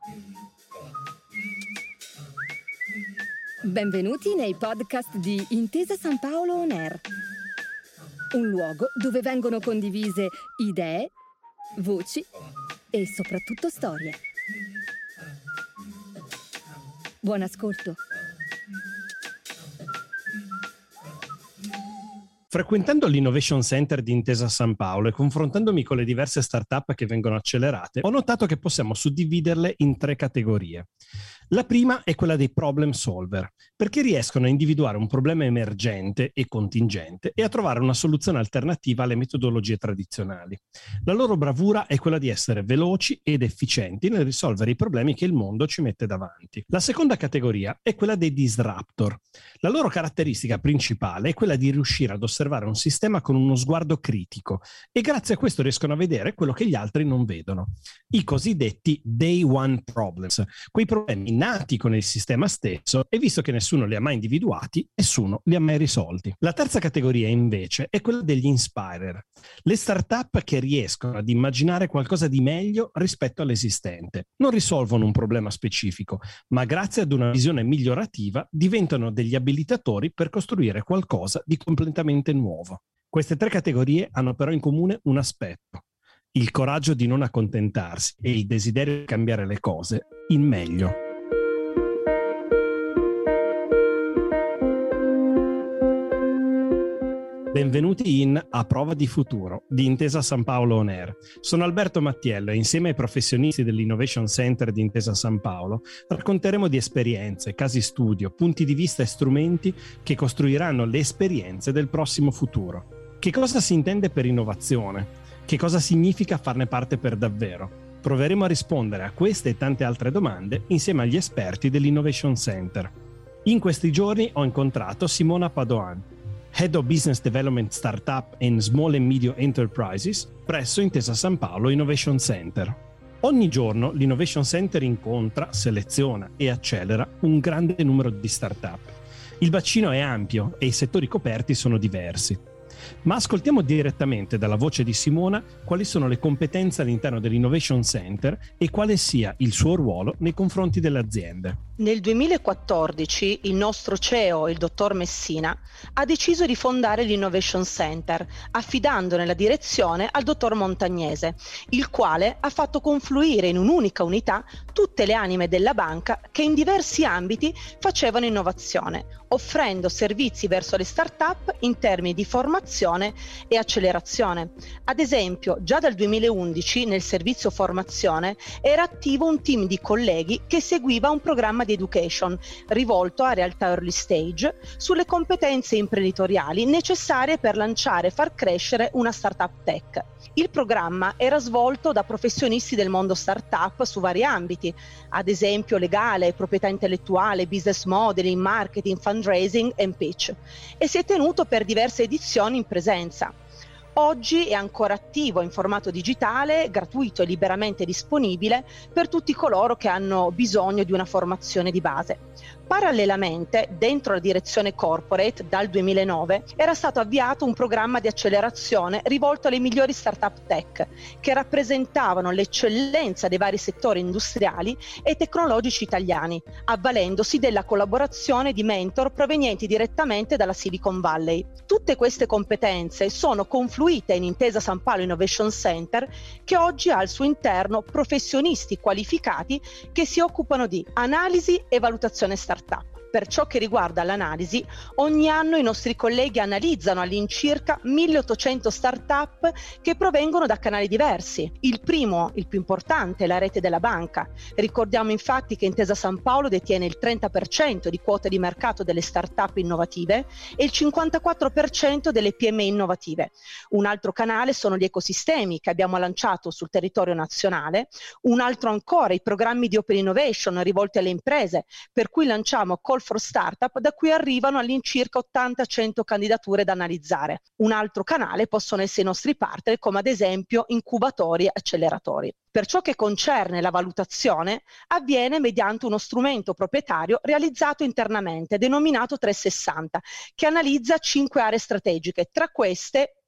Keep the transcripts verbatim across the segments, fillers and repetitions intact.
Benvenuti nei podcast di Intesa Sanpaolo On Air, un luogo dove vengono condivise idee, voci e soprattutto storie. Buon ascolto. Frequentando l'Innovation Center di Intesa Sanpaolo e confrontandomi con le diverse startup che vengono accelerate, ho notato che possiamo suddividerle in tre categorie. La prima è quella dei problem solver, perché riescono a individuare un problema emergente e contingente e a trovare una soluzione alternativa alle metodologie tradizionali. La loro bravura è quella di essere veloci ed efficienti nel risolvere i problemi che il mondo ci mette davanti. La seconda categoria è quella dei disruptor. La loro caratteristica principale è quella di riuscire ad osservare un sistema con uno sguardo critico e grazie a questo riescono a vedere quello che gli altri non vedono. I cosiddetti day one problems, quei problemi nati con il sistema stesso e visto che nessuno li ha mai individuati, nessuno li ha mai risolti. La terza categoria invece è quella degli inspirer, le startup che riescono ad immaginare qualcosa di meglio rispetto all'esistente. Non risolvono un problema specifico, ma grazie ad una visione migliorativa diventano degli abilitatori per costruire qualcosa di completamente nuovo. Queste tre categorie hanno però in comune un aspetto: il coraggio di non accontentarsi e il desiderio di cambiare le cose in meglio. Benvenuti in A Prova di Futuro di Intesa Sanpaolo On Air. Sono Alberto Mattiello e insieme ai professionisti dell'Innovation Center di Intesa Sanpaolo racconteremo di esperienze, casi studio, punti di vista e strumenti che costruiranno le esperienze del prossimo futuro. Che cosa si intende per innovazione? Che cosa significa farne parte per davvero? Proveremo a rispondere a queste e tante altre domande insieme agli esperti dell'Innovation Center. In questi giorni ho incontrato Simona Padoan, Head of Business Development Startup and Small and Medium Enterprises presso Intesa Sanpaolo Innovation Center. Ogni giorno l'Innovation Center incontra, seleziona e accelera un grande numero di startup. Il bacino è ampio e i settori coperti sono diversi. Ma ascoltiamo direttamente dalla voce di Simona quali sono le competenze all'interno dell'Innovation Center e quale sia il suo ruolo nei confronti delle aziende. Nel duemilaquattordici il nostro C E O, il dottor Messina, ha deciso di fondare l'Innovation Center, affidandone la direzione al dottor Montagnese, il quale ha fatto confluire in un'unica unità tutte le anime della banca che in diversi ambiti facevano innovazione, offrendo servizi verso le start-up in termini di formazione e accelerazione. Ad esempio, già dal duemilaundici nel servizio formazione era attivo un team di colleghi che seguiva un programma di education rivolto a realtà early stage sulle competenze imprenditoriali necessarie per lanciare e far crescere una startup tech. Il programma era svolto da professionisti del mondo startup su vari ambiti, ad esempio legale, proprietà intellettuale, business modeling, marketing, fundraising e pitch, e si è tenuto per diverse edizioni in presenza. Oggi è ancora attivo in formato digitale, gratuito e liberamente disponibile per tutti coloro che hanno bisogno di una formazione di base. Parallelamente, dentro la direzione corporate, dal duemilanove, era stato avviato un programma di accelerazione rivolto alle migliori startup tech, che rappresentavano l'eccellenza dei vari settori industriali e tecnologici italiani, avvalendosi della collaborazione di mentor provenienti direttamente dalla Silicon Valley. Tutte queste competenze sono confluite in Intesa Sanpaolo Innovation Center, che oggi ha al suo interno professionisti qualificati che si occupano di analisi e valutazione startup. Per ciò che riguarda l'analisi, ogni anno i nostri colleghi analizzano all'incirca milleottocento start-up che provengono da canali diversi. Il primo, il più importante, è la rete della banca. Ricordiamo infatti che Intesa Sanpaolo detiene il trenta per cento di quota di mercato delle start-up innovative e il cinquantaquattro per cento delle P M I innovative. Un altro canale sono gli ecosistemi che abbiamo lanciato sul territorio nazionale, un altro ancora i programmi di Open Innovation rivolti alle imprese, per cui lanciamo Call for Startup, da cui arrivano all'incirca ottanta cento candidature da analizzare. Un altro canale possono essere i nostri partner, come ad esempio incubatori e acceleratori. Per ciò che concerne la valutazione, avviene mediante uno strumento proprietario realizzato internamente, denominato trecentosessanta, che analizza cinque aree strategiche, tra queste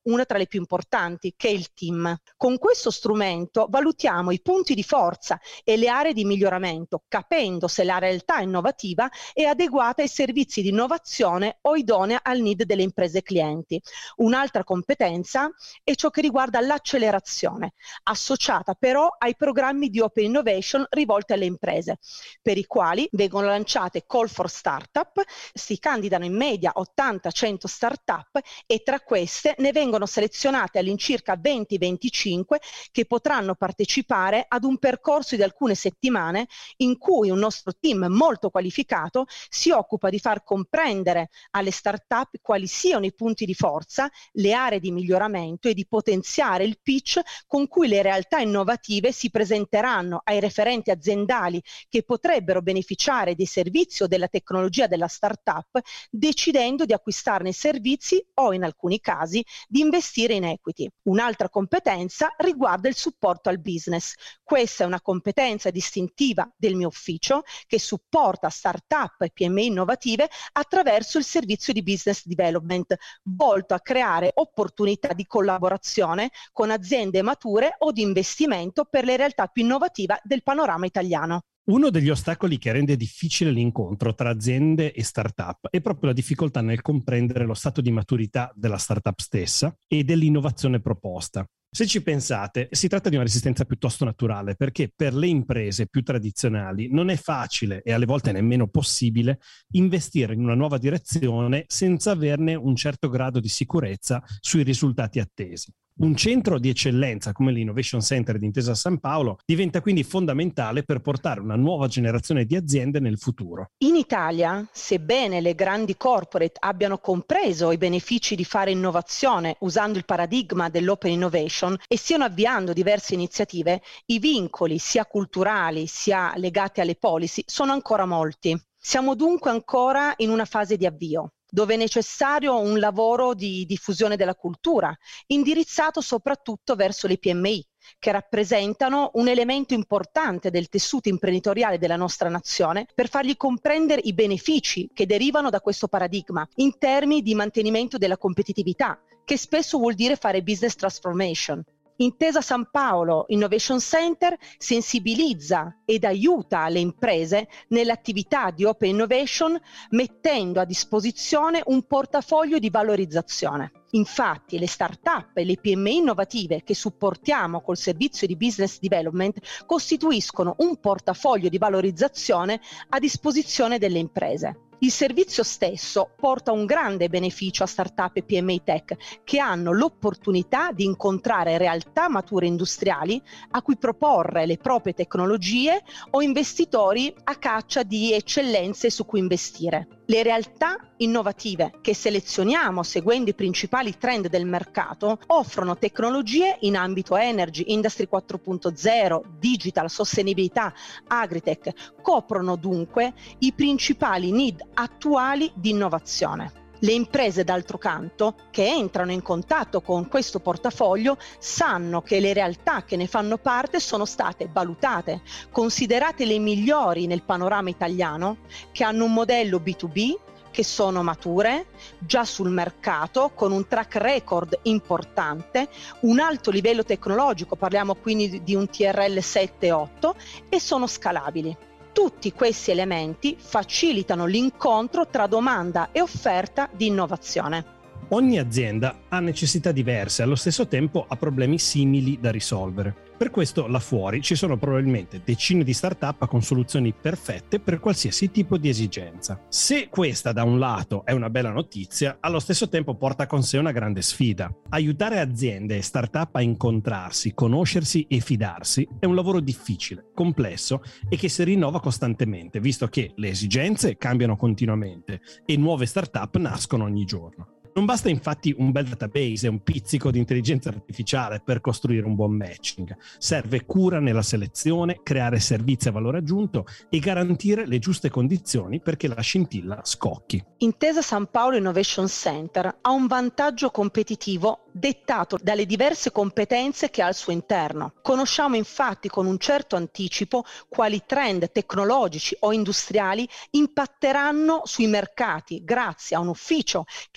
una tra le più importanti, che è il team. Con questo strumento valutiamo i punti di forza e le aree di miglioramento, capendo se la realtà innovativa è adeguata ai servizi di innovazione o idonea al need delle imprese clienti. Un'altra competenza è ciò che riguarda l'accelerazione, associata però ai programmi di Open Innovation rivolti alle imprese, per i quali vengono lanciate call for startup, si candidano in media ottanta cento startup e tra queste ne vengono selezionate all'incirca venti venticinque che potranno partecipare ad un percorso di alcune settimane in cui un nostro team molto qualificato si occupa di far comprendere alle startup quali siano i punti di forza, le aree di miglioramento e di potenziare il pitch con cui le realtà innovative si presenteranno ai referenti aziendali che potrebbero beneficiare dei servizi o della tecnologia della startup, decidendo di acquistarne i servizi o in alcuni casi di investire in equity. Un'altra competenza riguarda il supporto al business. Questa è una competenza distintiva del mio ufficio che supporta startup e P M I innovative attraverso il servizio di business development, volto a creare opportunità di collaborazione con aziende mature o di investimento per le realtà più innovative del panorama italiano. Uno degli ostacoli che rende difficile l'incontro tra aziende e startup è proprio la difficoltà nel comprendere lo stato di maturità della startup stessa e dell'innovazione proposta. Se ci pensate, si tratta di una resistenza piuttosto naturale, perché per le imprese più tradizionali non è facile e alle volte nemmeno possibile investire in una nuova direzione senza averne un certo grado di sicurezza sui risultati attesi. Un centro di eccellenza come l'Innovation Center di Intesa San Paolo diventa quindi fondamentale per portare una nuova generazione di aziende nel futuro. In Italia, sebbene le grandi corporate abbiano compreso i benefici di fare innovazione usando il paradigma dell'open innovation e stiano avviando diverse iniziative, i vincoli sia culturali sia legati alle policy sono ancora molti. Siamo dunque ancora in una fase di avvio, dove è necessario un lavoro di diffusione della cultura, indirizzato soprattutto verso le P M I, che rappresentano un elemento importante del tessuto imprenditoriale della nostra nazione, per fargli comprendere i benefici che derivano da questo paradigma in termini di mantenimento della competitività, che spesso vuol dire fare business transformation. Intesa San Paolo Innovation Center sensibilizza ed aiuta le imprese nell'attività di Open Innovation, mettendo a disposizione un portafoglio di valorizzazione. Infatti le start-up e le P M I innovative che supportiamo col servizio di business development costituiscono un portafoglio di valorizzazione a disposizione delle imprese. Il servizio stesso porta un grande beneficio a startup e P M I tech che hanno l'opportunità di incontrare realtà mature industriali a cui proporre le proprie tecnologie o investitori a caccia di eccellenze su cui investire. Le realtà innovative che selezioniamo seguendo i principali trend del mercato offrono tecnologie in ambito energy, industry quattro punto zero, digital, sostenibilità, agritech, coprono dunque i principali need attuali di innovazione. Le imprese, d'altro canto, che entrano in contatto con questo portafoglio sanno che le realtà che ne fanno parte sono state valutate, considerate le migliori nel panorama italiano, che hanno un modello B due B, che sono mature, già sul mercato, con un track record importante, un alto livello tecnologico, parliamo quindi di un T R L sette otto, e sono scalabili. Tutti questi elementi facilitano l'incontro tra domanda e offerta di innovazione. Ogni azienda ha necessità diverse e allo stesso tempo ha problemi simili da risolvere. Per questo là fuori ci sono probabilmente decine di start-up con soluzioni perfette per qualsiasi tipo di esigenza. Se questa da un lato è una bella notizia, allo stesso tempo porta con sé una grande sfida. Aiutare aziende e start-up a incontrarsi, conoscersi e fidarsi è un lavoro difficile, complesso e che si rinnova costantemente, visto che le esigenze cambiano continuamente e nuove start-up nascono ogni giorno. Non basta infatti un bel database e un pizzico di intelligenza artificiale per costruire un buon matching. Serve cura nella selezione, creare servizi a valore aggiunto e garantire le giuste condizioni perché la scintilla scocchi. Intesa San Paolo Innovation Center ha un vantaggio competitivo dettato dalle diverse competenze che ha al suo interno. Conosciamo infatti con un certo anticipo quali trend tecnologici o industriali impatteranno sui mercati grazie a un ufficio che li studia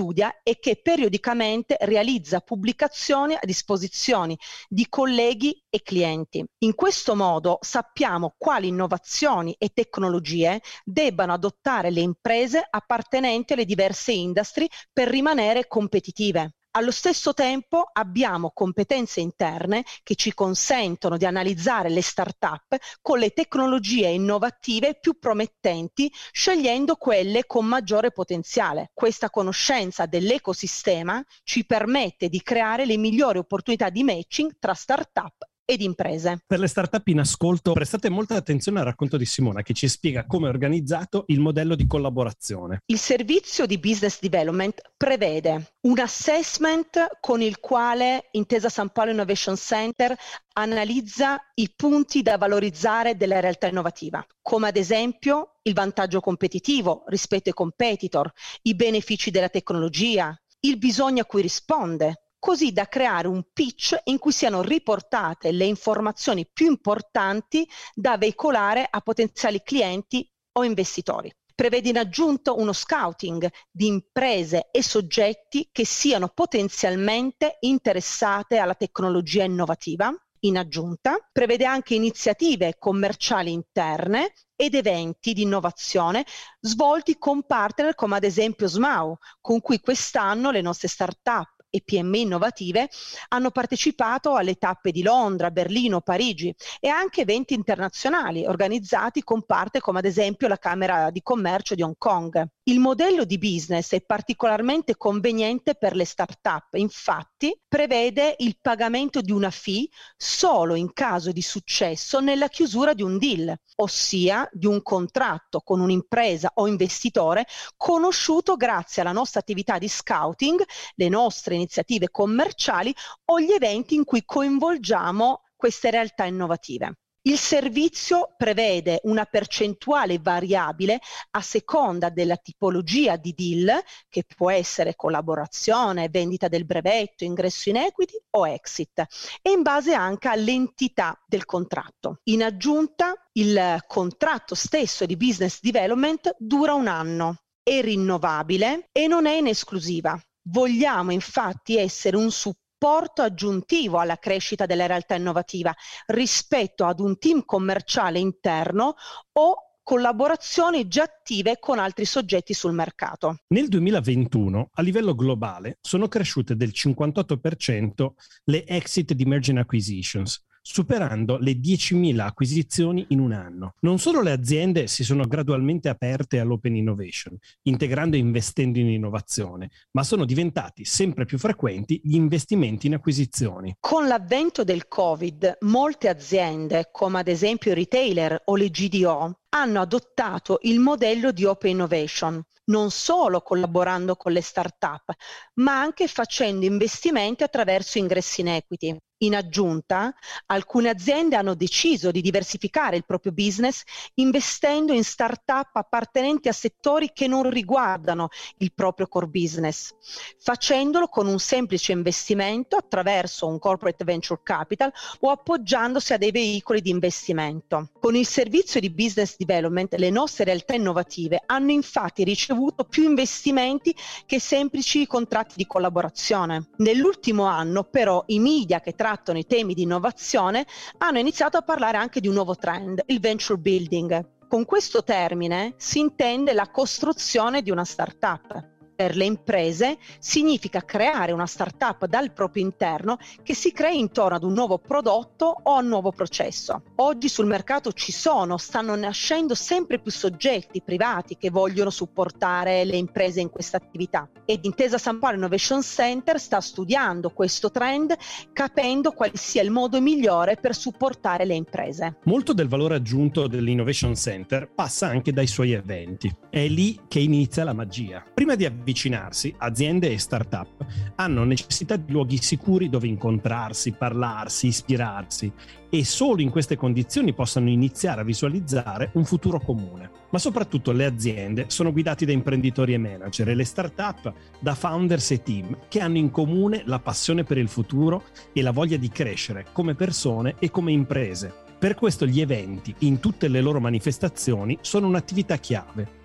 studia e che periodicamente realizza pubblicazioni a disposizione di colleghi e clienti. In questo modo sappiamo quali innovazioni e tecnologie debbano adottare le imprese appartenenti alle diverse industrie per rimanere competitive. Allo stesso tempo abbiamo competenze interne che ci consentono di analizzare le start-up con le tecnologie innovative più promettenti, scegliendo quelle con maggiore potenziale. Questa conoscenza dell'ecosistema ci permette di creare le migliori opportunità di matching tra start-up ed imprese. Per le startup in ascolto, prestate molta attenzione al racconto di Simona, che ci spiega come è organizzato il modello di collaborazione. Il servizio di business development prevede un assessment con il quale Intesa Sanpaolo Innovation Center analizza i punti da valorizzare della realtà innovativa, come ad esempio il vantaggio competitivo rispetto ai competitor, i benefici della tecnologia, il bisogno a cui risponde, così da creare un pitch in cui siano riportate le informazioni più importanti da veicolare a potenziali clienti o investitori. Prevede in aggiunta uno scouting di imprese e soggetti che siano potenzialmente interessate alla tecnologia innovativa. In aggiunta, prevede anche iniziative commerciali interne ed eventi di innovazione svolti con partner come ad esempio SMAU, con cui quest'anno le nostre start-up e P M I innovative hanno partecipato alle tappe di Londra, Berlino, Parigi e anche eventi internazionali organizzati con parte come ad esempio la Camera di Commercio di Hong Kong. Il modello di business è particolarmente conveniente per le start-up, infatti prevede il pagamento di una fee solo in caso di successo nella chiusura di un deal, ossia di un contratto con un'impresa o investitore conosciuto grazie alla nostra attività di scouting, le nostre iniziative commerciali o gli eventi in cui coinvolgiamo queste realtà innovative. Il servizio prevede una percentuale variabile a seconda della tipologia di deal, che può essere collaborazione, vendita del brevetto, ingresso in equity o exit, e in base anche all'entità del contratto. In aggiunta, il contratto stesso di business development dura un anno, è rinnovabile e non è in esclusiva. Vogliamo infatti essere un supporto supporto aggiuntivo alla crescita della realtà innovativa rispetto ad un team commerciale interno o collaborazioni già attive con altri soggetti sul mercato. Nel duemilaventuno, a livello globale, sono cresciute del cinquantotto per cento le exit di merger acquisitions, superando le diecimila acquisizioni in un anno. Non solo le aziende si sono gradualmente aperte all'open innovation, integrando e investendo in innovazione, ma sono diventati sempre più frequenti gli investimenti in acquisizioni. Con l'avvento del Covid, molte aziende, come ad esempio i retailer o le G D O, hanno adottato il modello di open innovation, non solo collaborando con le start-up, ma anche facendo investimenti attraverso ingressi in equity. In aggiunta, alcune aziende hanno deciso di diversificare il proprio business investendo in start-up appartenenti a settori che non riguardano il proprio core business, facendolo con un semplice investimento attraverso un corporate venture capital o appoggiandosi a dei veicoli di investimento. Con il servizio di business development, le nostre realtà innovative hanno infatti ricevuto più investimenti che semplici contratti di collaborazione. Nell'ultimo anno, però, i media che trattano i temi di innovazione hanno iniziato a parlare anche di un nuovo trend, il venture building. Con questo termine si intende la costruzione di una startup. Per le imprese significa creare una startup dal proprio interno che si crei intorno ad un nuovo prodotto o a un nuovo processo. Oggi sul mercato ci sono, stanno nascendo sempre più soggetti privati che vogliono supportare le imprese in questa attività. Ed Intesa Sanpaolo Innovation Center sta studiando questo trend, capendo quale sia il modo migliore per supportare le imprese. Molto del valore aggiunto dell'Innovation Center passa anche dai suoi eventi. È lì che inizia la magia. Prima di avvicinarsi, aziende e start-up hanno necessità di luoghi sicuri dove incontrarsi, parlarsi, ispirarsi e solo in queste condizioni possano iniziare a visualizzare un futuro comune. Ma soprattutto le aziende sono guidate da imprenditori e manager e le start-up da founders e team che hanno in comune la passione per il futuro e la voglia di crescere come persone e come imprese. Per questo gli eventi, in tutte le loro manifestazioni, sono un'attività chiave.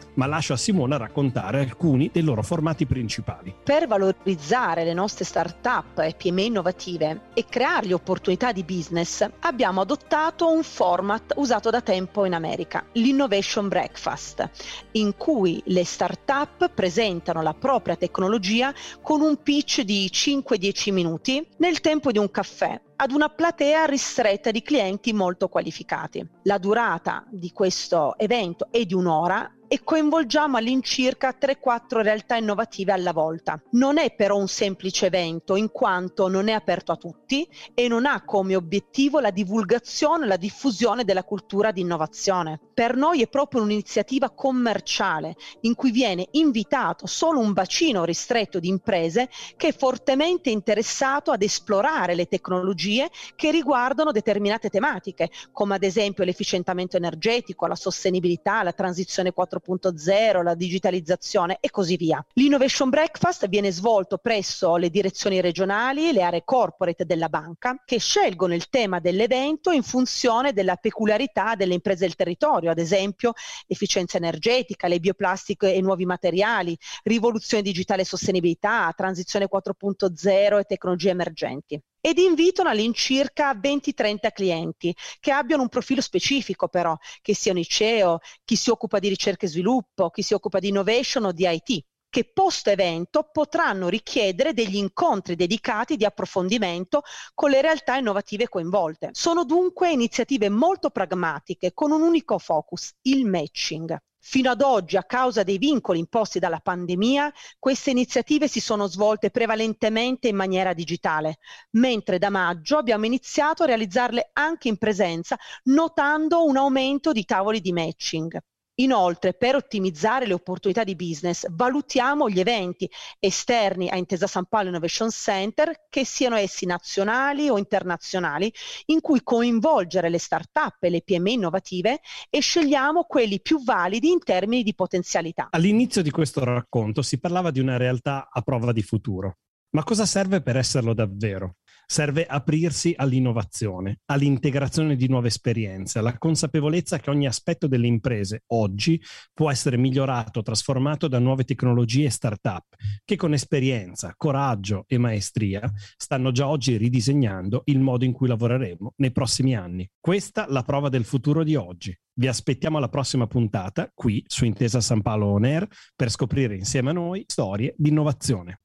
ma lascio a Simona raccontare alcuni dei loro formati principali. Per valorizzare le nostre start-up e P M I innovative e creargli opportunità di business, abbiamo adottato un format usato da tempo in America, l'Innovation Breakfast, in cui le start-up presentano la propria tecnologia con un pitch di cinque dieci minuti nel tempo di un caffè, ad una platea ristretta di clienti molto qualificati. La durata di questo evento è di un'ora e coinvolgiamo all'incirca tre quattro realtà innovative alla volta. Non è però un semplice evento, in quanto non è aperto a tutti e non ha come obiettivo la divulgazione e la diffusione della cultura di innovazione. Per noi è proprio un'iniziativa commerciale in cui viene invitato solo un bacino ristretto di imprese che è fortemente interessato ad esplorare le tecnologie che riguardano determinate tematiche, come ad esempio l'efficientamento energetico, la sostenibilità, la transizione quattro punto zero, la digitalizzazione e così via. L'Innovation Breakfast viene svolto presso le direzioni regionali e le aree corporate della banca, che scelgono il tema dell'evento in funzione della peculiarità delle imprese del territorio, ad esempio efficienza energetica, le bioplastiche e nuovi materiali, rivoluzione digitale e sostenibilità, transizione quattro punto zero e tecnologie emergenti. Ed invitano all'incirca venti trenta clienti che abbiano un profilo specifico però, che siano i C E O, chi si occupa di ricerca e sviluppo, chi si occupa di innovation o di I T, che post evento potranno richiedere degli incontri dedicati di approfondimento con le realtà innovative coinvolte. Sono dunque iniziative molto pragmatiche con un unico focus, il matching. Fino ad oggi, a causa dei vincoli imposti dalla pandemia, queste iniziative si sono svolte prevalentemente in maniera digitale, mentre da maggio abbiamo iniziato a realizzarle anche in presenza, notando un aumento di tavoli di matching. Inoltre, per ottimizzare le opportunità di business, valutiamo gli eventi esterni a Intesa Sanpaolo Innovation Center, che siano essi nazionali o internazionali, in cui coinvolgere le start-up e le P M I innovative e scegliamo quelli più validi in termini di potenzialità. All'inizio di questo racconto si parlava di una realtà a prova di futuro. Ma cosa serve per esserlo davvero? Serve aprirsi all'innovazione, all'integrazione di nuove esperienze, alla consapevolezza che ogni aspetto delle imprese oggi può essere migliorato, trasformato da nuove tecnologie e start-up che con esperienza, coraggio e maestria stanno già oggi ridisegnando il modo in cui lavoreremo nei prossimi anni. Questa la prova del futuro di oggi. Vi aspettiamo alla prossima puntata qui su Intesa Sanpaolo On Air per scoprire insieme a noi storie di innovazione.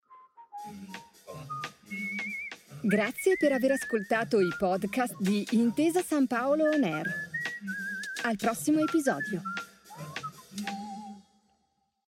Grazie per aver ascoltato i podcast di Intesa Sanpaolo On Air. Al prossimo episodio.